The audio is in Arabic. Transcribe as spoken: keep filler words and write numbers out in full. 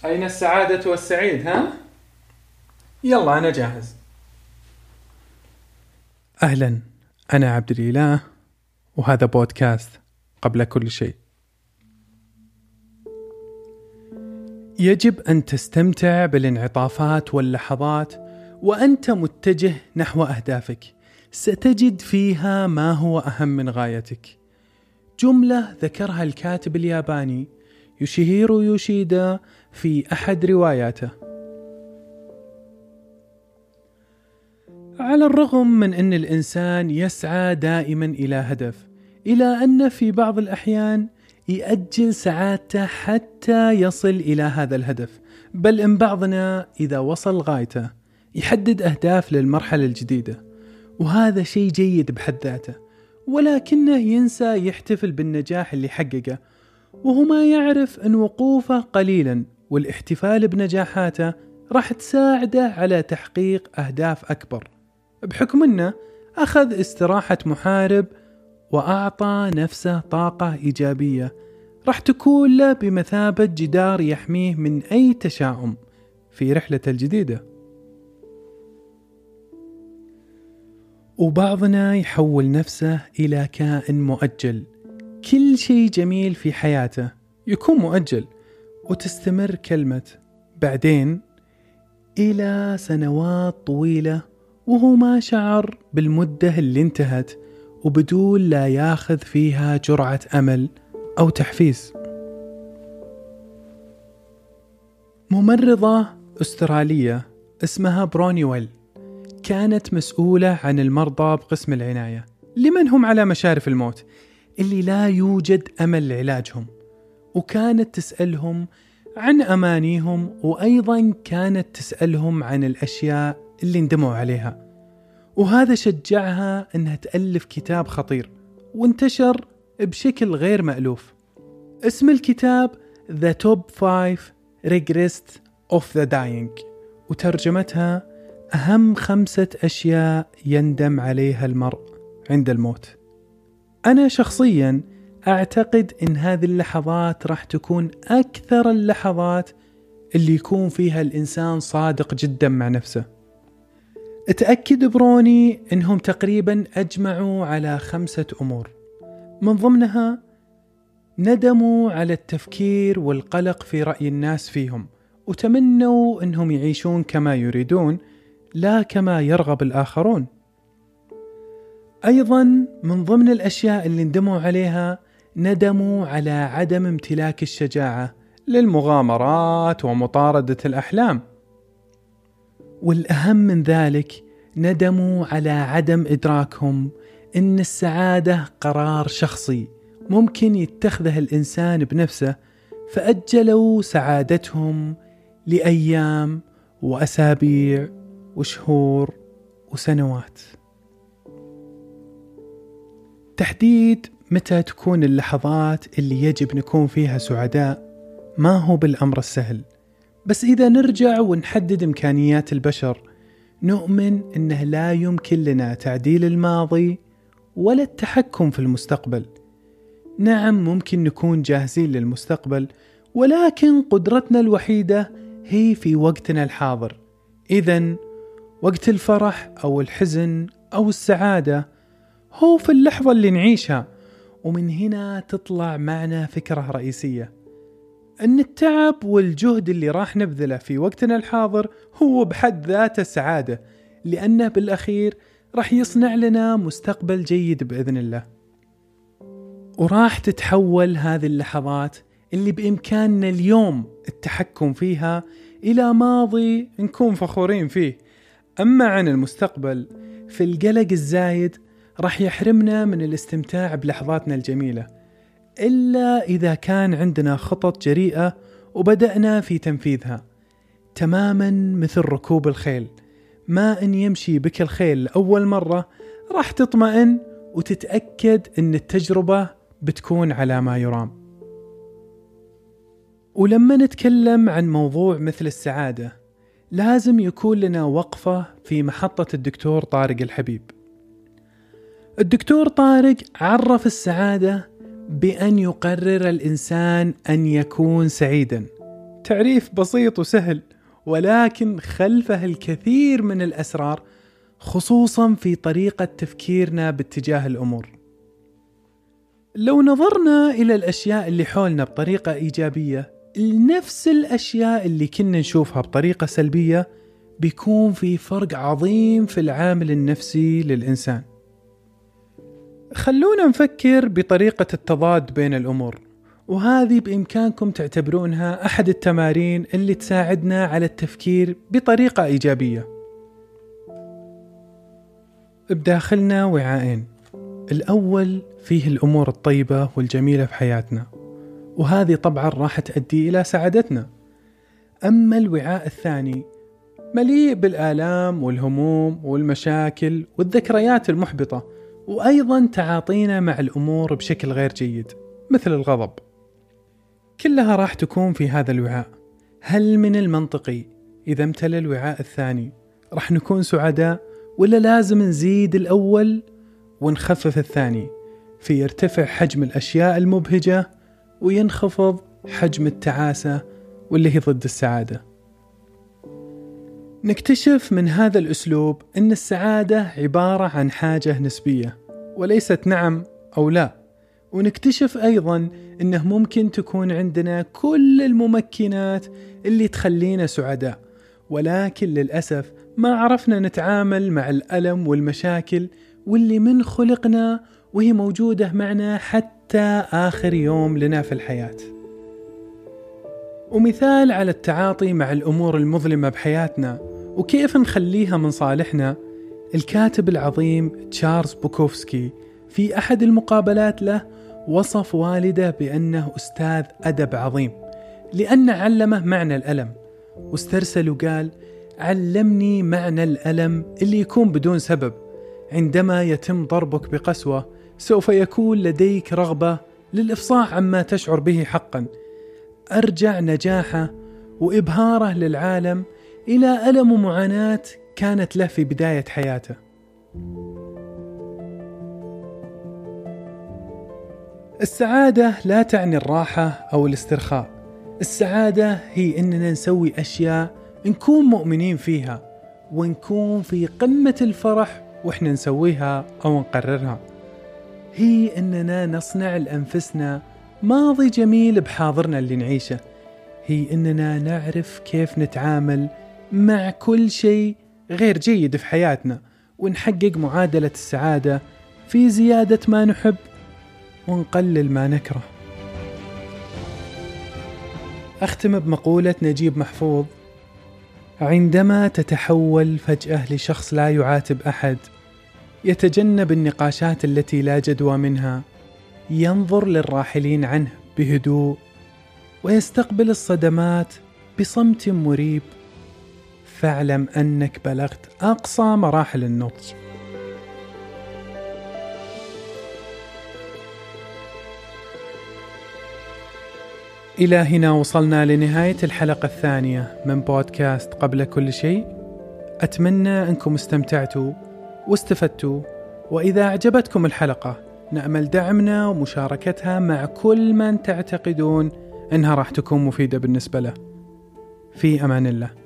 أين السعادة والسعيد ها؟ يلا أنا جاهز. أهلا، أنا عبد الإله وهذا بودكاست قبل كل شيء. يجب أن تستمتع بالانعطافات واللحظات وأنت متجه نحو أهدافك، ستجد فيها ما هو أهم من غايتك. جملة ذكرها الكاتب الياباني يوشيهيرو يوشيدا في أحد رواياته. على الرغم من أن الإنسان يسعى دائما إلى هدف، إلى أن في بعض الأحيان يأجل سعادته حتى يصل إلى هذا الهدف، بل إن بعضنا إذا وصل غايته يحدد أهداف للمرحلة الجديدة، وهذا شيء جيد بحد ذاته، ولكنه ينسى يحتفل بالنجاح اللي حققه، وهو ما يعرف أن وقوفه قليلا والاحتفال بنجاحاته راح تساعده على تحقيق أهداف أكبر، بحكم أنه أخذ استراحة محارب وأعطى نفسه طاقة إيجابية راح تكون له بمثابة جدار يحميه من أي تشاؤم في رحلته الجديدة. وبعضنا يحول نفسه إلى كائن مؤجل، كل شيء جميل في حياته يكون مؤجل، وتستمر كلمة بعدين إلى سنوات طويلة وهو ما شعر بالمدة اللي انتهت، وبدون لا ياخذ فيها جرعة أمل أو تحفيز. ممرضة أسترالية اسمها بروني ويل كانت مسؤولة عن المرضى بقسم العناية لمن هم على مشارف الموت، اللي لا يوجد أمل لعلاجهم، وكانت تسألهم عن أمانيهم، وأيضا كانت تسألهم عن الأشياء اللي ندموا عليها، وهذا شجعها أنها تألف كتاب خطير وانتشر بشكل غير مألوف. اسم الكتاب The Top five Regrets of the Dying، وترجمتها أهم خمسة أشياء يندم عليها المرء عند الموت. أنا شخصيا أعتقد أن هذه اللحظات راح تكون أكثر اللحظات اللي يكون فيها الإنسان صادق جدا مع نفسه. اتأكد بروني أنهم تقريبا أجمعوا على خمسة أمور، من ضمنها ندموا على التفكير والقلق في رأي الناس فيهم، وتمنوا أنهم يعيشون كما يريدون لا كما يرغب الآخرون. أيضا من ضمن الأشياء اللي ندموا عليها ندموا على عدم امتلاك الشجاعة للمغامرات ومطاردة الأحلام، والأهم من ذلك ندموا على عدم إدراكهم أن السعادة قرار شخصي ممكن يتخذه الإنسان بنفسه، فأجلوا سعادتهم لأيام وأسابيع وشهور وسنوات. تحديد متى تكون اللحظات اللي يجب نكون فيها سعداء ما هو بالأمر السهل، بس إذا نرجع ونحدد إمكانيات البشر نؤمن أنه لا يمكن لنا تعديل الماضي ولا التحكم في المستقبل. نعم، ممكن نكون جاهزين للمستقبل، ولكن قدرتنا الوحيدة هي في وقتنا الحاضر. إذن وقت الفرح أو الحزن أو السعادة هو في اللحظة اللي نعيشها. ومن هنا تطلع معنا فكرة رئيسية، أن التعب والجهد اللي راح نبذله في وقتنا الحاضر هو بحد ذاته سعادة، لأنه بالأخير راح يصنع لنا مستقبل جيد بإذن الله. وراح تتحول هذه اللحظات اللي بإمكاننا اليوم التحكم فيها إلى ماضي نكون فخورين فيه. أما عن المستقبل، في القلق الزايد راح يحرمنا من الاستمتاع بلحظاتنا الجميلة، إلا إذا كان عندنا خطط جريئة وبدأنا في تنفيذها. تماما مثل ركوب الخيل، ما أن يمشي بك الخيل أول مرة راح تطمئن وتتأكد أن التجربة بتكون على ما يرام. ولما نتكلم عن موضوع مثل السعادة لازم يكون لنا وقفة في محطة الدكتور طارق الحبيب. الدكتور طارق عرف السعادة بأن يقرر الإنسان أن يكون سعيدا تعريف بسيط وسهل، ولكن خلفه الكثير من الأسرار، خصوصا في طريقة تفكيرنا باتجاه الأمور. لو نظرنا إلى الأشياء اللي حولنا بطريقة إيجابية، نفس الأشياء اللي كنا نشوفها بطريقة سلبية، بيكون في فرق عظيم في العامل النفسي للإنسان. خلونا نفكر بطريقة التضاد بين الأمور، وهذه بإمكانكم تعتبرونها أحد التمارين اللي تساعدنا على التفكير بطريقة إيجابية. بداخلنا وعاءين، الأول فيه الأمور الطيبة والجميلة في حياتنا، وهذه طبعا راح تؤدي إلى سعادتنا. أما الوعاء الثاني مليء بالآلام والهموم والمشاكل والذكريات المحبطة، وأيضا تعاطينا مع الأمور بشكل غير جيد مثل الغضب، كلها راح تكون في هذا الوعاء. هل من المنطقي إذا امتلأ الوعاء الثاني راح نكون سعداء، ولا لازم نزيد الأول ونخفف الثاني، في يرتفع حجم الأشياء المبهجة وينخفض حجم التعاسة واللي هي ضد السعادة؟ نكتشف من هذا الأسلوب أن السعادة عبارة عن حاجة نسبية وليست نعم أو لا، ونكتشف أيضا أنه ممكن تكون عندنا كل الممكنات اللي تخلينا سعداء، ولكن للأسف ما عرفنا نتعامل مع الألم والمشاكل واللي من خلقنا وهي موجودة معنا حتى آخر يوم لنا في الحياة. ومثال على التعاطي مع الأمور المظلمة بحياتنا وكيف نخليها من صالحنا، الكاتب العظيم تشارلز بوكوفسكي في أحد المقابلات له وصف والده بأنه أستاذ أدب عظيم، لأن علمه معنى الألم، واسترسل وقال: علمني معنى الألم اللي يكون بدون سبب. عندما يتم ضربك بقسوة سوف يكون لديك رغبة للإفصاح عما تشعر به حقا. أرجع نجاحه وإبهاره للعالم إلى ألم ومعاناة كانت له في بداية حياته. السعادة لا تعني الراحة أو الاسترخاء، السعادة هي إننا نسوي أشياء نكون مؤمنين فيها، ونكون في قمة الفرح وإحنا نسويها أو نقررها. هي إننا نصنع لأنفسنا ماضي جميل بحاضرنا اللي نعيشه. هي إننا نعرف كيف نتعامل مع كل شيء غير جيد في حياتنا، ونحقق معادلة السعادة في زيادة ما نحب ونقلل ما نكره. أختم بمقولة نجيب محفوظ: عندما تتحول فجأة لشخص لا يعاتب أحد، يتجنب النقاشات التي لا جدوى منها، ينظر للراحلين عنه بهدوء، ويستقبل الصدمات بصمت مريب، فاعلم أنك بلغت أقصى مراحل النضج. إلى هنا وصلنا لنهاية الحلقة الثانية من بودكاست قبل كل شيء. أتمنى أنكم استمتعتوا واستفدتوا، وإذا أعجبتكم الحلقة نأمل دعمنا ومشاركتها مع كل من تعتقدون أنها راح تكون مفيدة بالنسبة له. في أمان الله.